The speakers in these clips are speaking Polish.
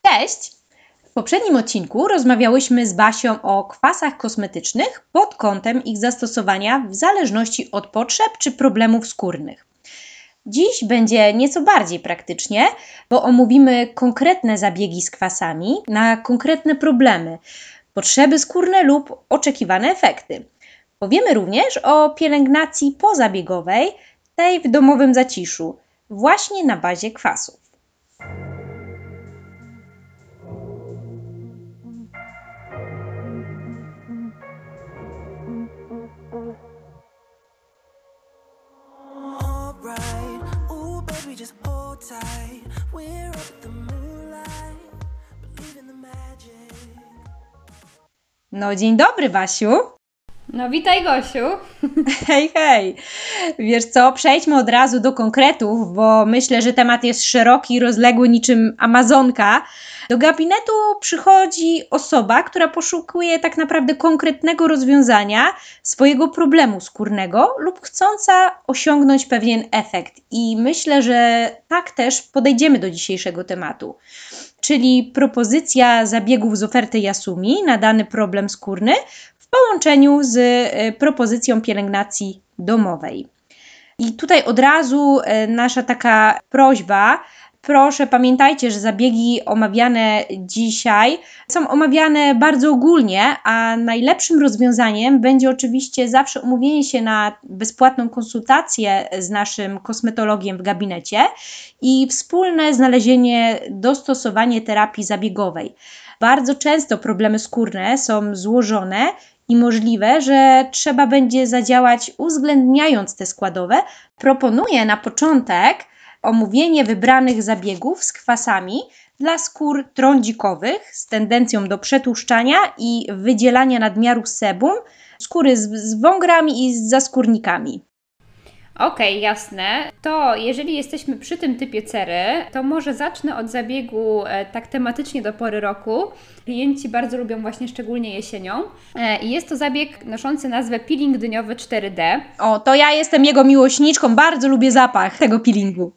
Cześć! W poprzednim odcinku rozmawiałyśmy z Basią o kwasach kosmetycznych pod kątem ich zastosowania w zależności od potrzeb czy problemów skórnych. Dziś będzie nieco bardziej praktycznie, bo omówimy konkretne zabiegi z kwasami na konkretne problemy, potrzeby skórne lub oczekiwane efekty. Powiemy również o pielęgnacji pozabiegowej, tej w domowym zaciszu, właśnie na bazie kwasów. No dzień dobry, Basiu. No witaj, Gosiu. Hej, hej. Wiesz co, przejdźmy od razu do konkretów, bo myślę, że temat jest szeroki i rozległy niczym Amazonka. Do gabinetu przychodzi osoba, która poszukuje tak naprawdę konkretnego rozwiązania swojego problemu skórnego lub chcąca osiągnąć pewien efekt. I myślę, że tak też podejdziemy do dzisiejszego tematu. Czyli propozycja zabiegów z oferty Yasumi na dany problem skórny w połączeniu z propozycją pielęgnacji domowej. I tutaj od razu nasza taka prośba. Proszę pamiętajcie, że zabiegi omawiane dzisiaj są omawiane bardzo ogólnie, a najlepszym rozwiązaniem będzie oczywiście zawsze umówienie się na bezpłatną konsultację z naszym kosmetologiem w gabinecie i wspólne znalezienie, dostosowanie terapii zabiegowej. Bardzo często problemy skórne są złożone i możliwe, że trzeba będzie zadziałać uwzględniając te składowe. Proponuję na początek omówienie wybranych zabiegów z kwasami dla skór trądzikowych z tendencją do przetłuszczania i wydzielania nadmiaru sebum, skóry z wągrami i z zaskórnikami. Okej, jasne. To jeżeli jesteśmy przy tym typie cery, to może zacznę od zabiegu tak tematycznie do pory roku. Klienci bardzo lubią właśnie szczególnie jesienią. I jest to zabieg noszący nazwę peeling dyniowy 4D. O, to ja jestem jego miłośniczką, bardzo lubię zapach tego peelingu.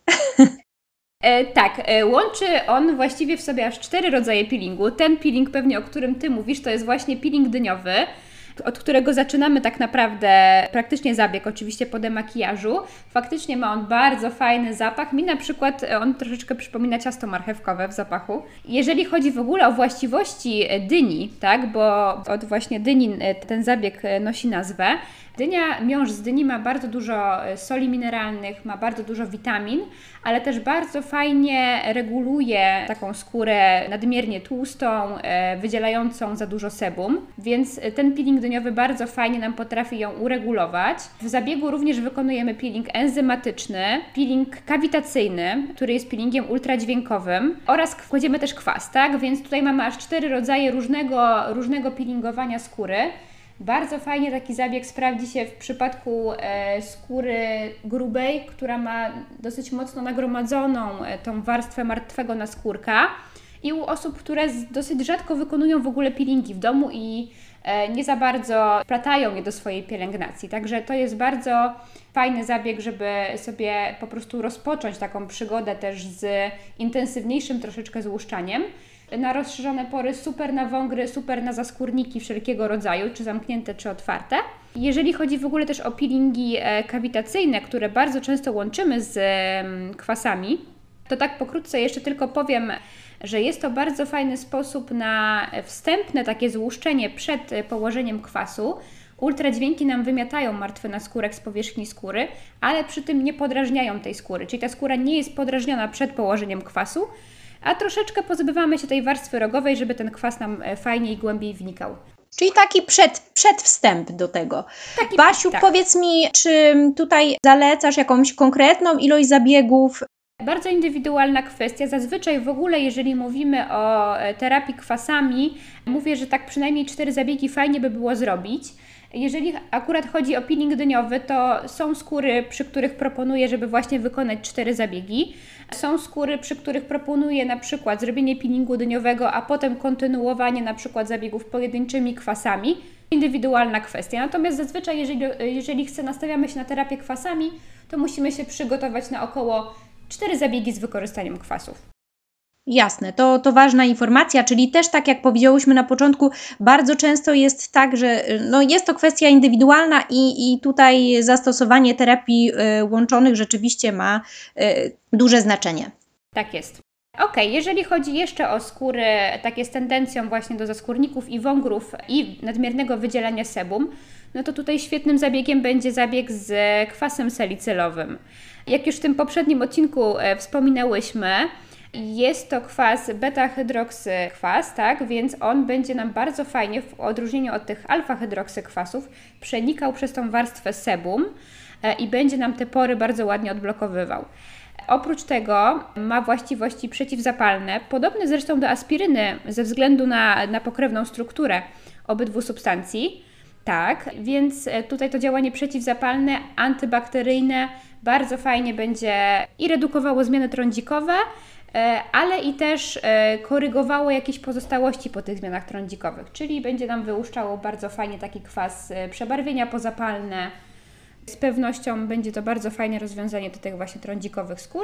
Tak, łączy on właściwie w sobie aż 4 rodzaje peelingu. Ten peeling pewnie, o którym Ty mówisz, to jest właśnie peeling dyniowy, od którego zaczynamy tak naprawdę praktycznie zabieg, oczywiście po demakijażu. Faktycznie ma on bardzo fajny zapach. Mi na przykład on troszeczkę przypomina ciasto marchewkowe w zapachu. Jeżeli chodzi w ogóle o właściwości dyni, tak, bo od właśnie dyni ten zabieg nosi nazwę. Dynia, miąższ z dyni ma bardzo dużo soli mineralnych, ma bardzo dużo witamin, ale też bardzo fajnie reguluje taką skórę nadmiernie tłustą, wydzielającą za dużo sebum, więc ten peeling dyniowy bardzo fajnie nam potrafi ją uregulować. W zabiegu również wykonujemy peeling enzymatyczny, peeling kawitacyjny, który jest peelingiem ultradźwiękowym oraz kładziemy też kwas, tak? Więc tutaj mamy aż 4 rodzaje różnego peelingowania skóry. Bardzo fajnie taki zabieg sprawdzi się w przypadku skóry grubej, która ma dosyć mocno nagromadzoną tą warstwę martwego naskórka i u osób, które dosyć rzadko wykonują w ogóle peelingi w domu i nie za bardzo wplatają je do swojej pielęgnacji. Także to jest bardzo fajny zabieg, żeby sobie po prostu rozpocząć taką przygodę też z intensywniejszym troszeczkę złuszczaniem. Na rozszerzone pory, super na wągry, super na zaskórniki wszelkiego rodzaju, czy zamknięte, czy otwarte. Jeżeli chodzi w ogóle też o peelingi kawitacyjne, które bardzo często łączymy z kwasami, to tak pokrótce jeszcze tylko powiem, że jest to bardzo fajny sposób na wstępne takie złuszczenie przed położeniem kwasu. Ultradźwięki nam wymiatają martwy naskórek z powierzchni skóry, ale przy tym nie podrażniają tej skóry, czyli ta skóra nie jest podrażniona przed położeniem kwasu, a troszeczkę pozbywamy się tej warstwy rogowej, żeby ten kwas nam fajniej i głębiej wnikał. Czyli taki przedwstęp do tego. Basiu, tak. Powiedz mi, czy tutaj zalecasz jakąś konkretną ilość zabiegów? Bardzo indywidualna kwestia. Zazwyczaj w ogóle, jeżeli mówimy o terapii kwasami, mówię, że tak przynajmniej 4 zabiegi fajnie by było zrobić. Jeżeli akurat chodzi o peeling dyniowy, to są skóry, przy których proponuję, żeby właśnie wykonać 4 zabiegi. Są skóry, przy których proponuję na przykład zrobienie peelingu dyniowego, a potem kontynuowanie na przykład zabiegów pojedynczymi kwasami. Indywidualna kwestia. Natomiast zazwyczaj, jeżeli nastawiamy się na terapię kwasami, to musimy się przygotować na około 4 zabiegi z wykorzystaniem kwasów. Jasne, to ważna informacja, czyli też tak jak powiedziałyśmy na początku, bardzo często jest tak, że no jest to kwestia indywidualna i tutaj zastosowanie terapii łączonych rzeczywiście ma duże znaczenie. Tak jest. Okej, jeżeli chodzi jeszcze o skóry takie z tendencją właśnie do zaskórników i wągrów i nadmiernego wydzielania sebum, no to tutaj świetnym zabiegiem będzie zabieg z kwasem salicylowym. Jak już w tym poprzednim odcinku wspominałyśmy, jest to kwas beta-hydroksykwas, tak? Więc on będzie nam bardzo fajnie, w odróżnieniu od tych alfa-hydroksykwasów, przenikał przez tą warstwę sebum i będzie nam te pory bardzo ładnie odblokowywał. Oprócz tego ma właściwości przeciwzapalne, podobne zresztą do aspiryny ze względu na pokrewną strukturę obydwu substancji. Tak, więc tutaj to działanie przeciwzapalne, antybakteryjne bardzo fajnie będzie i redukowało zmiany trądzikowe, ale i też korygowało jakieś pozostałości po tych zmianach trądzikowych, czyli będzie nam wyłuszczało bardzo fajnie taki kwas przebarwienia pozapalne. Z pewnością będzie to bardzo fajne rozwiązanie do tych właśnie trądzikowych skór.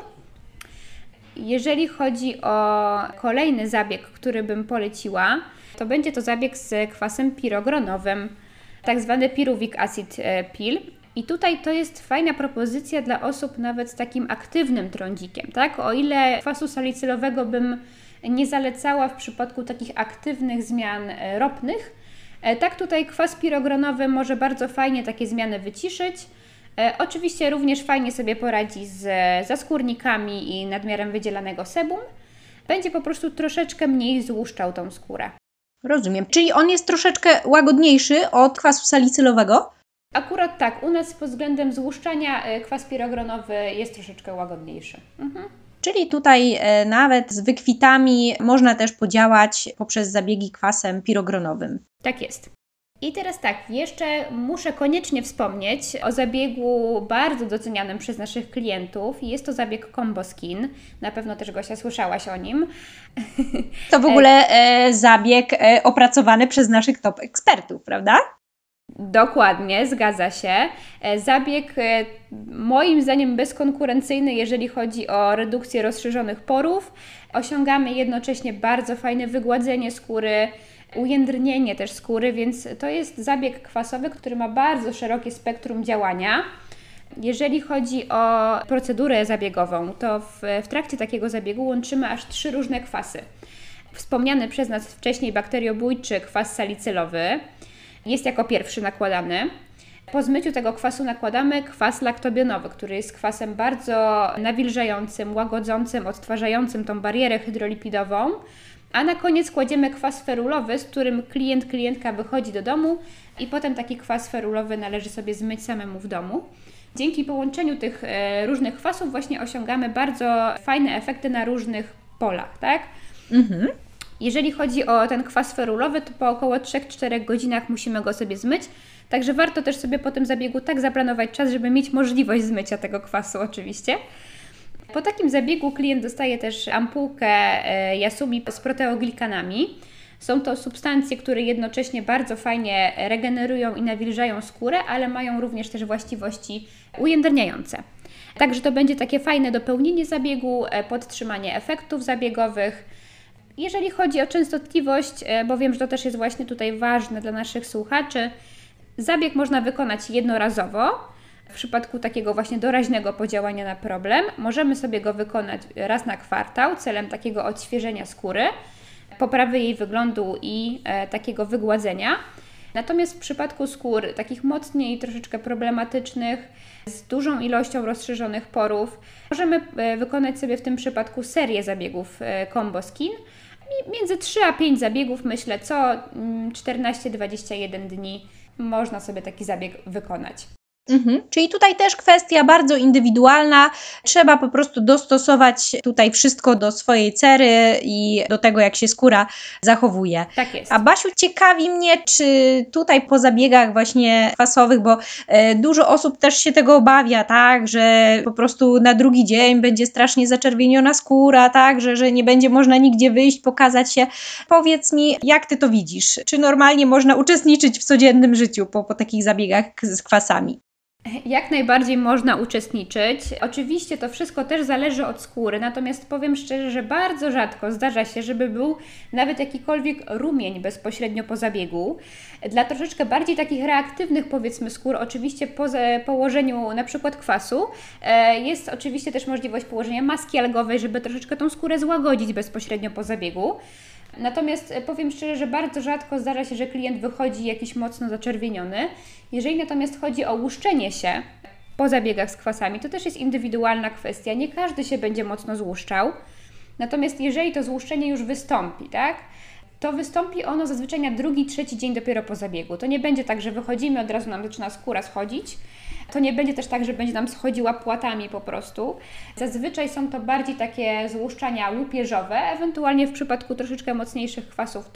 Jeżeli chodzi o kolejny zabieg, który bym poleciła, to będzie to zabieg z kwasem pirogronowym, tak zwany pyruvic acid pill. I tutaj to jest fajna propozycja dla osób nawet z takim aktywnym trądzikiem, tak? O ile kwasu salicylowego bym nie zalecała w przypadku takich aktywnych zmian ropnych, tak tutaj kwas pirogronowy może bardzo fajnie takie zmiany wyciszyć. Oczywiście również fajnie sobie poradzi z zaskórnikami i nadmiarem wydzielanego sebum. Będzie po prostu troszeczkę mniej złuszczał tą skórę. Rozumiem. Czyli on jest troszeczkę łagodniejszy od kwasu salicylowego? Akurat tak, u nas pod względem złuszczania kwas pirogronowy jest troszeczkę łagodniejszy. Czyli tutaj nawet z wykwitami można też podziałać poprzez zabiegi kwasem pirogronowym. Tak jest. I teraz tak, jeszcze muszę koniecznie wspomnieć o zabiegu bardzo docenianym przez naszych klientów. Jest to zabieg Combo Skin. Na pewno też, Gosia, słyszałaś o nim. To w ogóle zabieg opracowany przez naszych top ekspertów, prawda? Dokładnie, zgadza się. Zabieg moim zdaniem bezkonkurencyjny, jeżeli chodzi o redukcję rozszerzonych porów. Osiągamy jednocześnie bardzo fajne wygładzenie skóry, ujędrnienie też skóry, więc to jest zabieg kwasowy, który ma bardzo szerokie spektrum działania. Jeżeli chodzi o procedurę zabiegową, to w trakcie takiego zabiegu łączymy aż 3 różne kwasy. Wspomniany przez nas wcześniej bakteriobójczy kwas salicylowy jest jako pierwszy nakładany. Po zmyciu tego kwasu nakładamy kwas laktobionowy, który jest kwasem bardzo nawilżającym, łagodzącym, odtwarzającym tą barierę hydrolipidową. A na koniec kładziemy kwas ferulowy, z którym klientka wychodzi do domu i potem taki kwas ferulowy należy sobie zmyć samemu w domu. Dzięki połączeniu tych różnych kwasów właśnie osiągamy bardzo fajne efekty na różnych polach, tak? Jeżeli chodzi o ten kwas ferulowy, to po około 3-4 godzinach musimy go sobie zmyć, także warto też sobie po tym zabiegu tak zaplanować czas, żeby mieć możliwość zmycia tego kwasu oczywiście. Po takim zabiegu klient dostaje też ampułkę Yasumi z proteoglikanami. Są to substancje, które jednocześnie bardzo fajnie regenerują i nawilżają skórę, ale mają również też właściwości ujędrniające. Także to będzie takie fajne dopełnienie zabiegu, podtrzymanie efektów zabiegowych. Jeżeli chodzi o częstotliwość, bo wiem, że to też jest właśnie tutaj ważne dla naszych słuchaczy, zabieg można wykonać jednorazowo. W przypadku takiego właśnie doraźnego podziałania na problem możemy sobie go wykonać raz na kwartał celem takiego odświeżenia skóry, poprawy jej wyglądu i takiego wygładzenia. Natomiast w przypadku skór takich mocniej troszeczkę problematycznych, z dużą ilością rozszerzonych porów, możemy wykonać sobie w tym przypadku serię zabiegów Combo Skin. Między 3 a 5 zabiegów, myślę, co 14-21 dni można sobie taki zabieg wykonać. Czyli tutaj też kwestia bardzo indywidualna, trzeba po prostu dostosować tutaj wszystko do swojej cery i do tego, jak się skóra zachowuje. Tak jest. A Basiu, ciekawi mnie, czy tutaj po zabiegach właśnie kwasowych, bo dużo osób też się tego obawia, tak, że po prostu na drugi dzień będzie strasznie zaczerwieniona skóra, tak, że nie będzie można nigdzie wyjść, pokazać się. Powiedz mi, jak Ty to widzisz? Czy normalnie można uczestniczyć w codziennym życiu po takich zabiegach z kwasami? Jak najbardziej można uczestniczyć. Oczywiście to wszystko też zależy od skóry, natomiast powiem szczerze, że bardzo rzadko zdarza się, żeby był nawet jakikolwiek rumień bezpośrednio po zabiegu. Dla troszeczkę bardziej takich reaktywnych, powiedzmy, skór, oczywiście po położeniu na przykład kwasu, jest oczywiście też możliwość położenia maski algowej, żeby troszeczkę tą skórę złagodzić bezpośrednio po zabiegu. Natomiast powiem szczerze, że bardzo rzadko zdarza się, że klient wychodzi jakiś mocno zaczerwieniony. Jeżeli natomiast chodzi o łuszczenie się po zabiegach z kwasami, to też jest indywidualna kwestia. Nie każdy się będzie mocno złuszczał. Natomiast jeżeli to złuszczenie już wystąpi, tak, to wystąpi ono zazwyczaj na drugi, trzeci dzień dopiero po zabiegu. To nie będzie tak, że wychodzimy, od razu nam zaczyna skóra schodzić. To nie będzie też tak, że będzie nam schodziła płatami po prostu. Zazwyczaj są to bardziej takie złuszczania łupieżowe, ewentualnie w przypadku troszeczkę mocniejszych kwasów,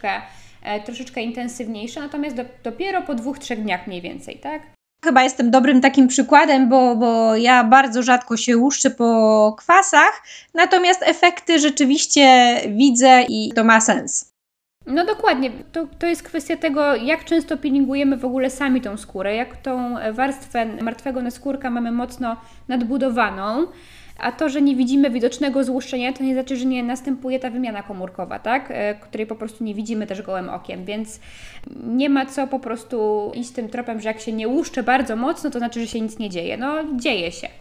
troszeczkę intensywniejsze, natomiast dopiero po 2-3 dniach mniej więcej, tak? Chyba jestem dobrym takim przykładem, bo ja bardzo rzadko się łuszczę po kwasach, natomiast efekty rzeczywiście widzę i to ma sens. No dokładnie, to jest kwestia tego, jak często peelingujemy w ogóle sami tą skórę, jak tą warstwę martwego naskórka mamy mocno nadbudowaną, a to, że nie widzimy widocznego złuszczenia, to nie znaczy, że nie następuje ta wymiana komórkowa, tak? Której po prostu nie widzimy też gołym okiem, więc nie ma co po prostu iść tym tropem, że jak się nie łuszczy bardzo mocno, to znaczy, że się nic nie dzieje. No, dzieje się.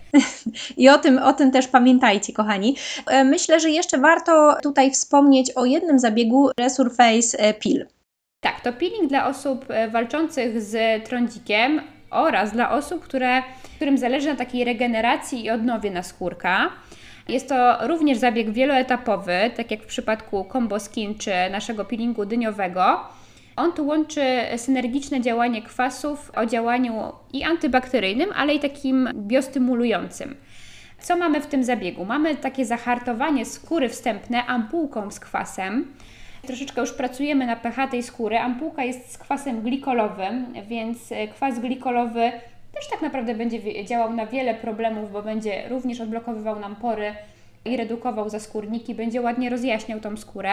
I o tym też pamiętajcie, kochani. Myślę, że jeszcze warto tutaj wspomnieć o jednym zabiegu Resurface Peel. Tak, to peeling dla osób walczących z trądzikiem oraz dla osób, którym zależy na takiej regeneracji i odnowie naskórka. Jest to również zabieg wieloetapowy, tak jak w przypadku Combo Skin czy naszego peelingu dyniowego. On tu łączy synergiczne działanie kwasów o działaniu i antybakteryjnym, ale i takim biostymulującym. Co mamy w tym zabiegu? Mamy takie zahartowanie skóry wstępne ampułką z kwasem. Troszeczkę już pracujemy na pH tej skóry. Ampułka jest z kwasem glikolowym, więc kwas glikolowy też tak naprawdę będzie działał na wiele problemów, bo będzie również odblokowywał nam pory i redukował zaskórniki, będzie ładnie rozjaśniał tą skórę.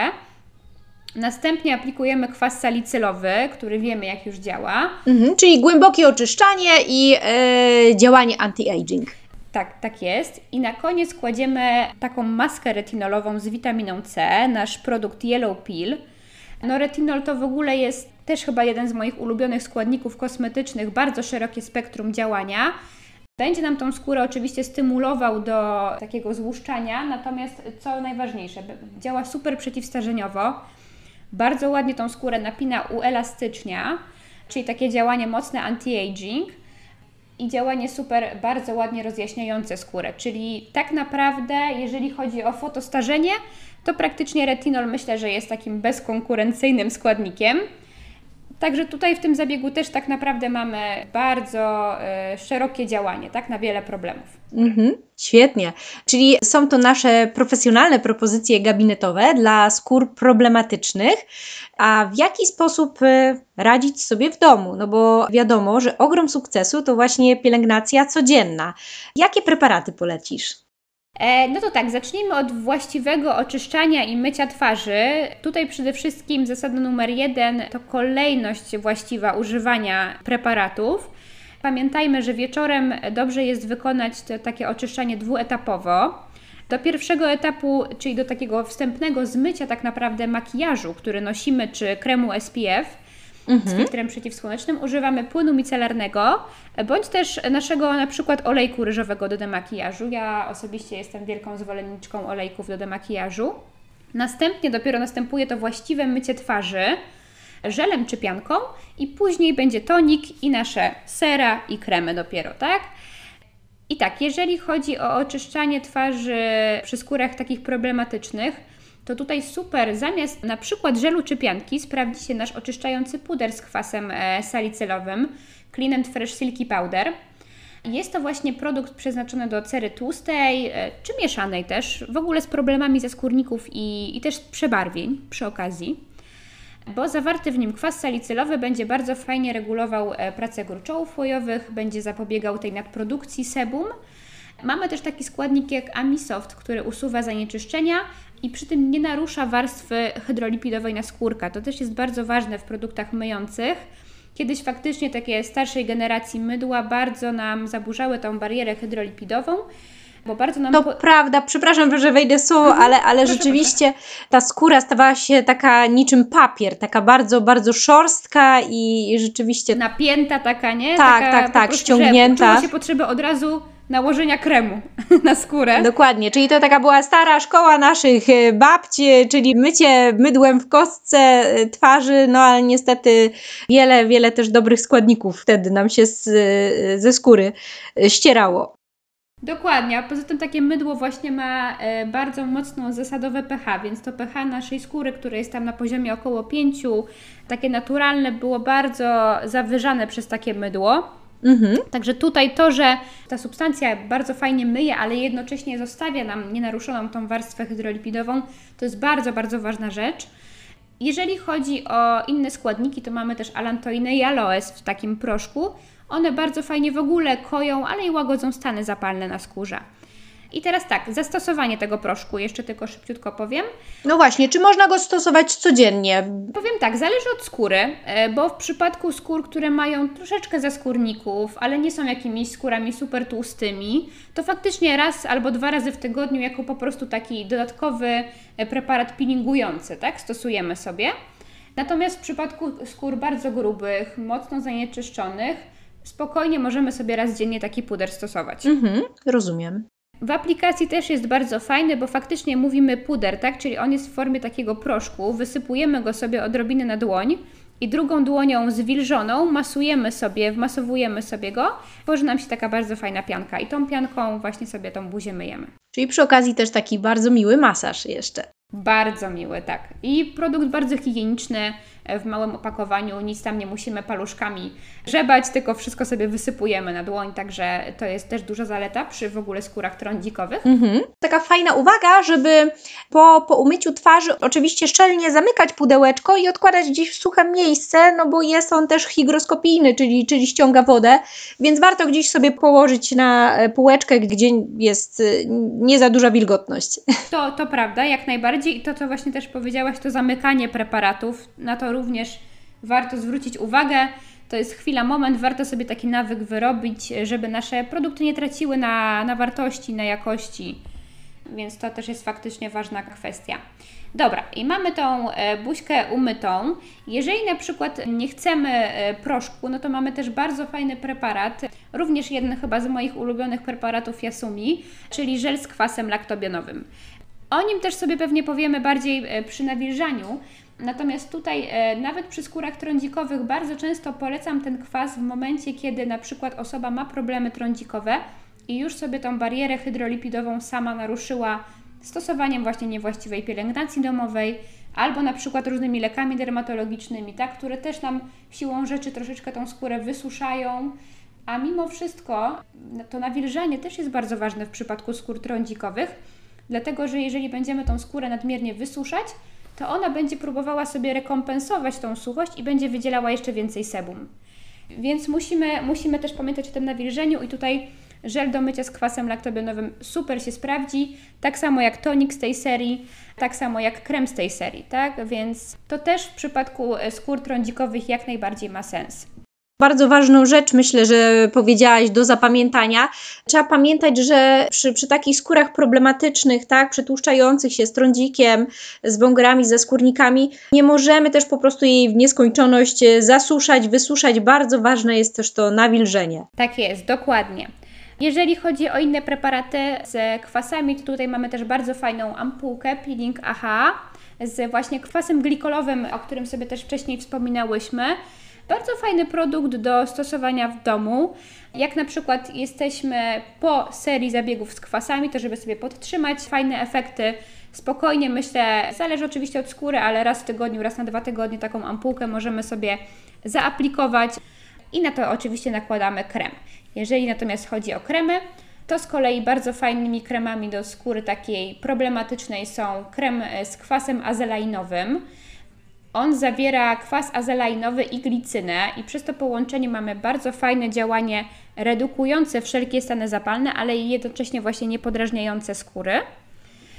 Następnie aplikujemy kwas salicylowy, który wiemy jak już działa. Czyli głębokie oczyszczanie i działanie anti-aging. Tak jest. I na koniec kładziemy taką maskę retinolową z witaminą C, nasz produkt Yellow Peel. No retinol to w ogóle jest też chyba jeden z moich ulubionych składników kosmetycznych, bardzo szerokie spektrum działania. Będzie nam tą skórę oczywiście stymulował do takiego złuszczania, natomiast co najważniejsze, działa super przeciwstarzeniowo, bardzo ładnie tą skórę napina, uelastycznia, czyli takie działanie mocne anti-aging. I działanie super, bardzo ładnie rozjaśniające skórę, czyli tak naprawdę, jeżeli chodzi o fotostarzenie, to praktycznie retinol myślę, że jest takim bezkonkurencyjnym składnikiem. Także tutaj w tym zabiegu też tak naprawdę mamy bardzo szerokie działanie, tak, na wiele problemów. Świetnie. Czyli są to nasze profesjonalne propozycje gabinetowe dla skór problematycznych. A w jaki sposób radzić sobie w domu? No bo wiadomo, że ogrom sukcesu to właśnie pielęgnacja codzienna. Jakie preparaty polecisz? No to tak, zacznijmy od właściwego oczyszczania i mycia twarzy. Tutaj przede wszystkim zasada numer 1 to kolejność właściwa używania preparatów. Pamiętajmy, że wieczorem dobrze jest wykonać to takie oczyszczanie dwuetapowo. Do pierwszego etapu, czyli do takiego wstępnego zmycia tak naprawdę makijażu, który nosimy, czy kremu SPF z filtrem przeciwsłonecznym, używamy płynu micelarnego, bądź też naszego na przykład olejku ryżowego do demakijażu. Ja osobiście jestem wielką zwolenniczką olejków do demakijażu. Następnie dopiero następuje to właściwe mycie twarzy żelem czy pianką i później będzie tonik i nasze sera i kremy dopiero, tak? I tak, jeżeli chodzi o oczyszczanie twarzy przy skórach takich problematycznych, to tutaj super, zamiast na przykład żelu czy pianki sprawdzi się nasz oczyszczający puder z kwasem salicylowym Clean & Fresh Silky Powder. Jest to właśnie produkt przeznaczony do cery tłustej, czy mieszanej też, w ogóle z problemami zaskórników i też przebarwień przy okazji, bo zawarty w nim kwas salicylowy będzie bardzo fajnie regulował pracę gruczołów łojowych, będzie zapobiegał tej nadprodukcji sebum. Mamy też taki składnik jak Amisoft, który usuwa zanieczyszczenia i przy tym nie narusza warstwy hydrolipidowej naskórka. To też jest bardzo ważne w produktach myjących. Kiedyś faktycznie takie starszej generacji mydła bardzo nam zaburzały tą barierę hydrolipidową, bo bardzo nam... To prawda, przepraszam, że wejdę w słowo, ale rzeczywiście ta skóra stawała się taka niczym papier, taka bardzo, bardzo szorstka i rzeczywiście... Napięta taka, nie? Tak, ściągnięta. Czuło się potrzebę od razu nałożenia kremu na skórę. Dokładnie, czyli to taka była stara szkoła naszych babci, czyli mycie mydłem w kostce twarzy, no ale niestety wiele też dobrych składników wtedy nam się ze skóry ścierało. Dokładnie, a poza tym takie mydło właśnie ma bardzo mocno zasadowe pH, więc to pH naszej skóry, które jest tam na poziomie około 5, takie naturalne, było bardzo zawyżane przez takie mydło. Także tutaj to, że ta substancja bardzo fajnie myje, ale jednocześnie zostawia nam nienaruszoną tą warstwę hydrolipidową, to jest bardzo, bardzo ważna rzecz. Jeżeli chodzi o inne składniki, to mamy też alantoinę i aloes w takim proszku. One bardzo fajnie w ogóle koją, ale i łagodzą stany zapalne na skórze. I teraz tak, zastosowanie tego proszku, jeszcze tylko szybciutko powiem. No właśnie, czy można go stosować codziennie? Powiem tak, zależy od skóry, bo w przypadku skór, które mają troszeczkę zaskórników, ale nie są jakimiś skórami super tłustymi, to faktycznie raz albo 2 razy w tygodniu jako po prostu taki dodatkowy preparat peelingujący, tak, stosujemy sobie. Natomiast w przypadku skór bardzo grubych, mocno zanieczyszczonych, spokojnie możemy sobie raz dziennie taki puder stosować. Rozumiem. W aplikacji też jest bardzo fajny, bo faktycznie mówimy puder, tak? Czyli on jest w formie takiego proszku, wysypujemy go sobie odrobinę na dłoń i drugą dłonią zwilżoną wmasowujemy sobie go, tworzy nam się taka bardzo fajna pianka i tą pianką właśnie sobie tą buzię myjemy. Czyli przy okazji też taki bardzo miły masaż jeszcze. Bardzo miły, tak. I produkt bardzo higieniczny, w małym opakowaniu, nic tam nie musimy paluszkami grzebać, tylko wszystko sobie wysypujemy na dłoń, także to jest też duża zaleta przy w ogóle skórach trądzikowych. Taka fajna uwaga, żeby po umyciu twarzy oczywiście szczelnie zamykać pudełeczko i odkładać gdzieś w suche miejsce, no bo jest on też hygroskopijny, czyli ściąga wodę, więc warto gdzieś sobie położyć na półeczkę, gdzie jest nie za duża wilgotność. To prawda, jak najbardziej i to, co właśnie też powiedziałaś, to zamykanie preparatów, na to również warto zwrócić uwagę. To jest chwila, moment, warto sobie taki nawyk wyrobić, żeby nasze produkty nie traciły na wartości, na jakości, więc to też jest faktycznie ważna kwestia. Dobra, i mamy tą buźkę umytą. Jeżeli na przykład nie chcemy proszku, no to mamy też bardzo fajny preparat, również jeden chyba z moich ulubionych preparatów Yasumi, czyli żel z kwasem laktobionowym. O nim też sobie pewnie powiemy bardziej przy nawilżaniu, natomiast tutaj nawet przy skórach trądzikowych bardzo często polecam ten kwas w momencie, kiedy na przykład osoba ma problemy trądzikowe i już sobie tą barierę hydrolipidową sama naruszyła stosowaniem właśnie niewłaściwej pielęgnacji domowej albo na przykład różnymi lekami dermatologicznymi, tak, które też nam siłą rzeczy troszeczkę tą skórę wysuszają, a mimo wszystko to nawilżanie też jest bardzo ważne w przypadku skór trądzikowych, dlatego że jeżeli będziemy tą skórę nadmiernie wysuszać, to ona będzie próbowała sobie rekompensować tą suchość i będzie wydzielała jeszcze więcej sebum. Więc musimy też pamiętać o tym nawilżeniu i tutaj żel do mycia z kwasem laktobionowym super się sprawdzi, tak samo jak tonik z tej serii, tak samo jak krem z tej serii, tak? Więc to też w przypadku skór trądzikowych jak najbardziej ma sens. Bardzo ważną rzecz, myślę, że powiedziałaś do zapamiętania. Trzeba pamiętać, że przy takich skórach problematycznych, tak, przetłuszczających się z trądzikiem, z wągrami, ze skórnikami, nie możemy też po prostu jej w nieskończoność zasuszać, wysuszać. Bardzo ważne jest też to nawilżenie. Tak jest, dokładnie. Jeżeli chodzi o inne preparaty z kwasami, to tutaj mamy też bardzo fajną ampułkę Peeling AHA z właśnie kwasem glikolowym, o którym sobie też wcześniej wspominałyśmy. Bardzo fajny produkt do stosowania w domu. Jak na przykład jesteśmy po serii zabiegów z kwasami, to żeby sobie podtrzymać fajne efekty, spokojnie myślę, zależy oczywiście od skóry, ale raz w tygodniu, raz na 2 tygodnie taką ampułkę możemy sobie zaaplikować i na to oczywiście nakładamy krem. Jeżeli natomiast chodzi o kremy, to z kolei bardzo fajnymi kremami do skóry takiej problematycznej są krem z kwasem azelainowym. On zawiera kwas azelainowy i glicynę i przez to połączenie mamy bardzo fajne działanie redukujące wszelkie stany zapalne, ale i jednocześnie właśnie nie podrażniające skóry.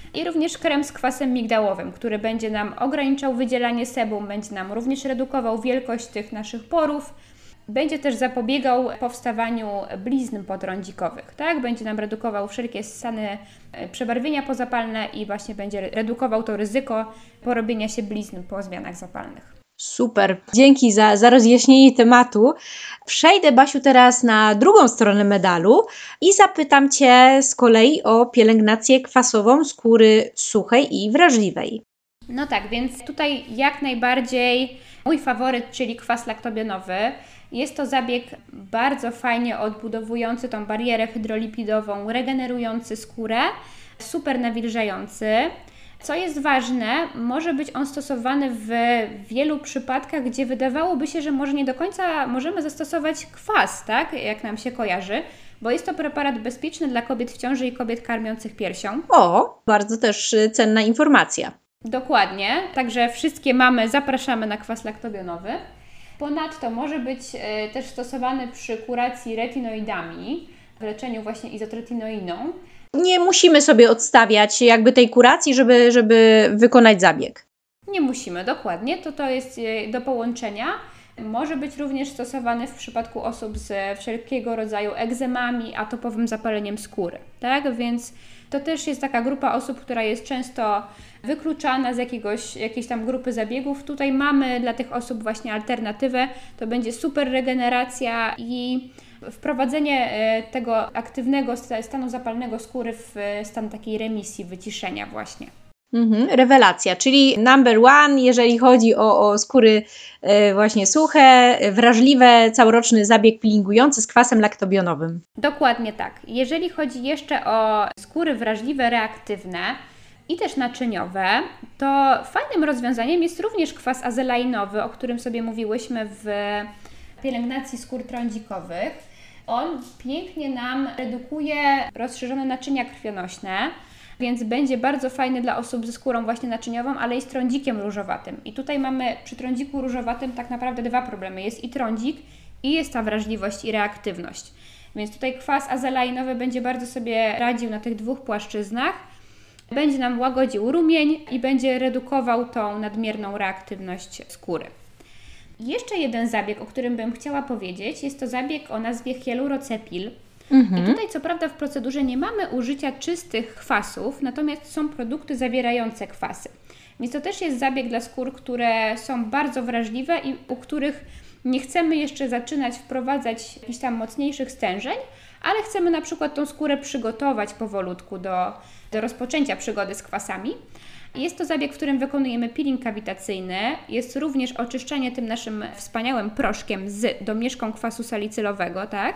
I również krem z kwasem migdałowym, który będzie nam ograniczał wydzielanie sebum, będzie nam również redukował wielkość tych naszych porów. Będzie też zapobiegał powstawaniu blizn potrądzikowych, tak? Będzie nam redukował wszelkie stany przebarwienia pozapalne i właśnie będzie redukował to ryzyko porobienia się blizn po zmianach zapalnych. Super, dzięki za rozjaśnienie tematu. Przejdę, Basiu, teraz na drugą stronę medalu i zapytam Cię z kolei o pielęgnację kwasową skóry suchej i wrażliwej. No tak, więc tutaj jak najbardziej mój faworyt, czyli kwas laktobionowy. Jest to zabieg bardzo fajnie odbudowujący tą barierę hydrolipidową, regenerujący skórę, super nawilżający. Co jest ważne, może być on stosowany w wielu przypadkach, gdzie wydawałoby się, że może nie do końca możemy zastosować kwas, tak, jak nam się kojarzy, bo jest to preparat bezpieczny dla kobiet w ciąży i kobiet karmiących piersią. O, bardzo też cenna informacja. Dokładnie, także wszystkie mamy zapraszamy na kwas laktobionowy. Ponadto może być też stosowany przy kuracji retinoidami, w leczeniu właśnie izotretinoiną. Nie musimy sobie odstawiać jakby tej kuracji, żeby wykonać zabieg. Nie musimy, dokładnie. To jest do połączenia. Może być również stosowany w przypadku osób z wszelkiego rodzaju egzemami, atopowym zapaleniem skóry. Tak? Więc to też jest taka grupa osób, która jest często wykluczana z jakiejś tam grupy zabiegów. Tutaj mamy dla tych osób właśnie alternatywę. To będzie super regeneracja i wprowadzenie tego aktywnego stanu zapalnego skóry w stan takiej remisji, wyciszenia właśnie. Rewelacja, czyli number one, jeżeli chodzi o skóry właśnie suche, wrażliwe, całoroczny zabieg peelingujący z kwasem laktobionowym. Dokładnie tak. Jeżeli chodzi jeszcze o skóry wrażliwe, reaktywne i też naczyniowe, to fajnym rozwiązaniem jest również kwas azelainowy, o którym sobie mówiłyśmy w pielęgnacji skór trądzikowych. On pięknie nam redukuje rozszerzone naczynia krwionośne, więc będzie bardzo fajny dla osób ze skórą właśnie naczyniową, ale i z trądzikiem różowatym. I tutaj mamy przy trądziku różowatym tak naprawdę dwa problemy. Jest i trądzik, i jest ta wrażliwość i reaktywność. Więc tutaj kwas azelainowy będzie bardzo sobie radził na tych dwóch płaszczyznach. Będzie nam łagodził rumień i będzie redukował tą nadmierną reaktywność skóry. Jeszcze jeden zabieg, o którym bym chciała powiedzieć, jest to zabieg o nazwie Hyalurocepil. I tutaj co prawda w procedurze nie mamy użycia czystych kwasów, natomiast są produkty zawierające kwasy. Więc to też jest zabieg dla skór, które są bardzo wrażliwe i u których nie chcemy jeszcze zaczynać wprowadzać jakichś tam mocniejszych stężeń, ale chcemy na przykład tą skórę przygotować powolutku do rozpoczęcia przygody z kwasami. Jest to zabieg, w którym wykonujemy peeling kawitacyjny. Jest również oczyszczanie tym naszym wspaniałym proszkiem z domieszką kwasu salicylowego, tak?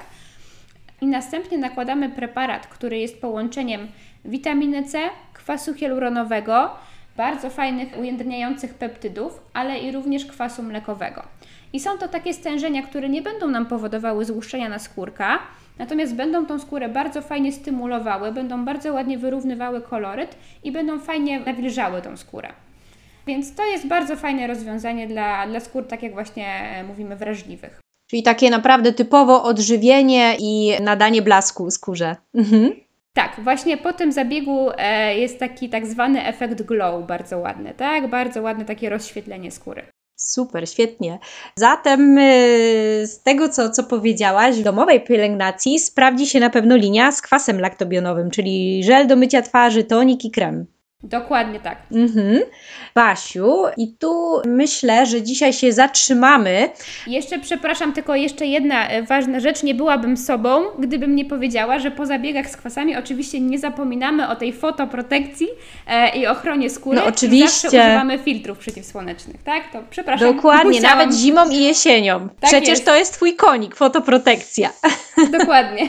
I następnie nakładamy preparat, który jest połączeniem witaminy C, kwasu hialuronowego, bardzo fajnych ujędrniających peptydów, ale i również kwasu mlekowego. I są to takie stężenia, które nie będą nam powodowały złuszczenia naskórka, natomiast będą tą skórę bardzo fajnie stymulowały, będą bardzo ładnie wyrównywały koloryt i będą fajnie nawilżały tą skórę. Więc to jest bardzo fajne rozwiązanie dla skór, tak jak właśnie mówimy, wrażliwych. Czyli takie naprawdę typowo odżywienie i nadanie blasku skórze. Tak, właśnie po tym zabiegu jest taki tak zwany efekt glow bardzo ładny, tak? Bardzo ładne takie rozświetlenie skóry. Super, świetnie. Zatem z tego, co powiedziałaś, w domowej pielęgnacji sprawdzi się na pewno linia z kwasem laktobionowym, czyli żel do mycia twarzy, tonik i krem. Dokładnie tak. Basiu, i tu myślę, że dzisiaj się zatrzymamy. Jeszcze przepraszam, tylko jeszcze jedna ważna rzecz. Nie byłabym sobą, gdybym nie powiedziała, że po zabiegach z kwasami oczywiście nie zapominamy o tej fotoprotekcji i ochronie skóry. No oczywiście. Zawsze używamy filtrów przeciwsłonecznych, tak? To przepraszam. Dokładnie, nawet zimą i jesienią. Tak Przecież jest. To jest Twój konik, fotoprotekcja. Dokładnie.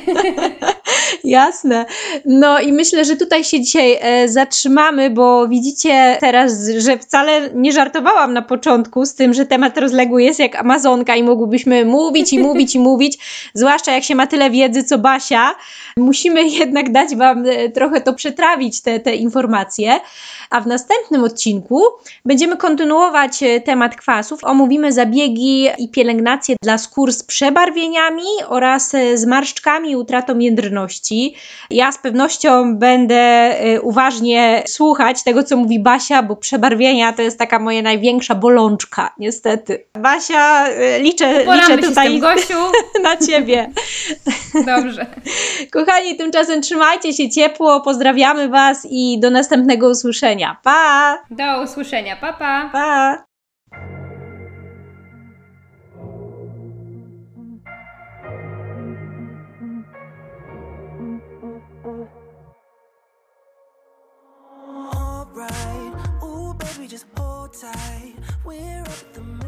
Jasne. No i myślę, że tutaj się dzisiaj zatrzymamy, bo widzicie teraz, że wcale nie żartowałam na początku z tym, że temat rozległy jest jak Amazonka i mogłybyśmy mówić i mówić i mówić, zwłaszcza jak się ma tyle wiedzy co Basia. Musimy jednak dać Wam trochę to przetrawić, te informacje. A w następnym odcinku będziemy kontynuować temat kwasów. Omówimy zabiegi i pielęgnacje dla skór z przebarwieniami oraz z marszczkami i utratą jędrności. Ja z pewnością będę uważnie słuchać słuchać tego, co mówi Basia, bo przebarwienia to jest taka moja największa bolączka, niestety. Basia, liczę tutaj Gosiu. na ciebie. Dobrze. Kochani, tymczasem trzymajcie się ciepło, pozdrawiamy was i do następnego usłyszenia. Pa! Do usłyszenia. Pa, pa. Pa! Alright, ooh baby, just hold tight. We're up at the